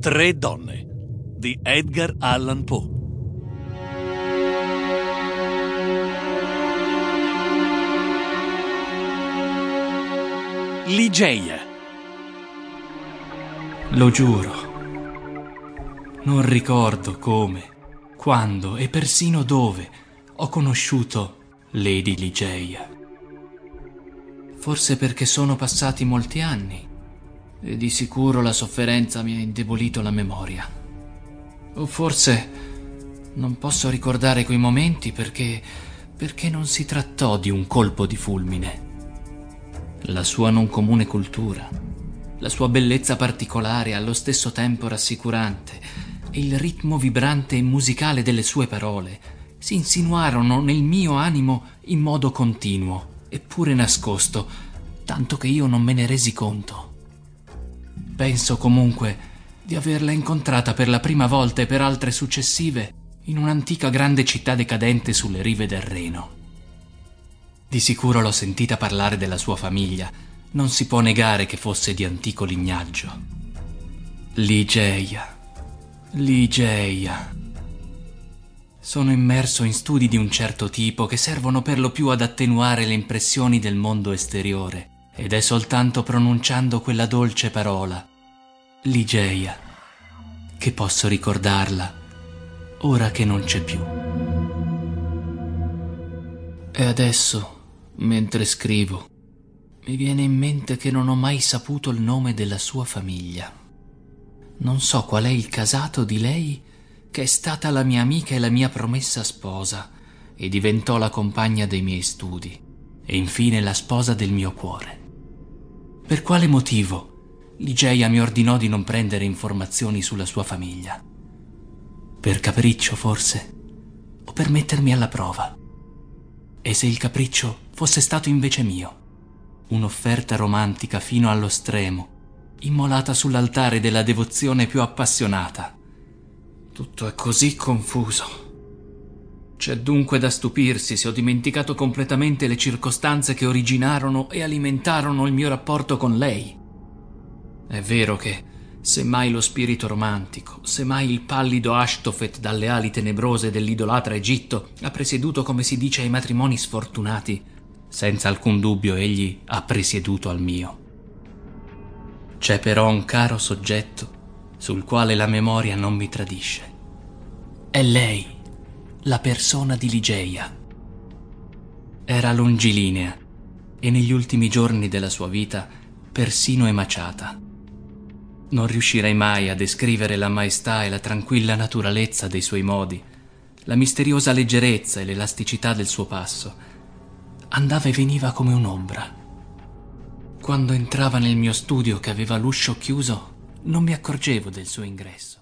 Tre donne di Edgar Allan Poe. Ligeia. Lo giuro. Non ricordo come, quando e persino dove ho conosciuto Lady Ligeia. Forse perché sono passati molti anni e di sicuro la sofferenza mi ha indebolito la memoria. O forse non posso ricordare quei momenti perché non si trattò di un colpo di fulmine. La sua non comune cultura, la sua bellezza particolare e allo stesso tempo rassicurante e il ritmo vibrante e musicale delle sue parole si insinuarono nel mio animo in modo continuo, eppure nascosto, tanto che io non me ne resi conto. Penso comunque di averla incontrata per la prima volta e per altre successive in un'antica grande città decadente sulle rive del Reno. Di sicuro l'ho sentita parlare della sua famiglia, non si può negare che fosse di antico lignaggio. Ligeia. Sono immerso in studi di un certo tipo che servono per lo più ad attenuare le impressioni del mondo esteriore, ed è soltanto pronunciando quella dolce parola, Ligeia, che posso ricordarla ora che non c'è più. E adesso, mentre scrivo, mi viene in mente che non ho mai saputo il nome della sua famiglia. Non so qual è il casato di lei, che è stata la mia amica e la mia promessa sposa, e diventò la compagna dei miei studi, e infine la sposa del mio cuore. Per quale motivo Ligeia mi ordinò di non prendere informazioni sulla sua famiglia? Per capriccio, forse? O per mettermi alla prova? E se il capriccio fosse stato invece mio? Un'offerta romantica fino allo stremo, immolata sull'altare della devozione più appassionata. Tutto è così confuso. C'è dunque da stupirsi se ho dimenticato completamente le circostanze che originarono e alimentarono il mio rapporto con lei. È vero che, semmai lo spirito romantico, semmai il pallido Ashtophet dalle ali tenebrose dell'idolatra Egitto ha presieduto, come si dice, ai matrimoni sfortunati, senza alcun dubbio egli ha presieduto al mio. C'è però un caro soggetto sul quale la memoria non mi tradisce. È lei, la persona di Ligeia. Era longilinea e negli ultimi giorni della sua vita persino emaciata. Non riuscirei mai a descrivere la maestà e la tranquilla naturalezza dei suoi modi, la misteriosa leggerezza e l'elasticità del suo passo. Andava e veniva come un'ombra. Quando entrava nel mio studio che aveva l'uscio chiuso, non mi accorgevo del suo ingresso.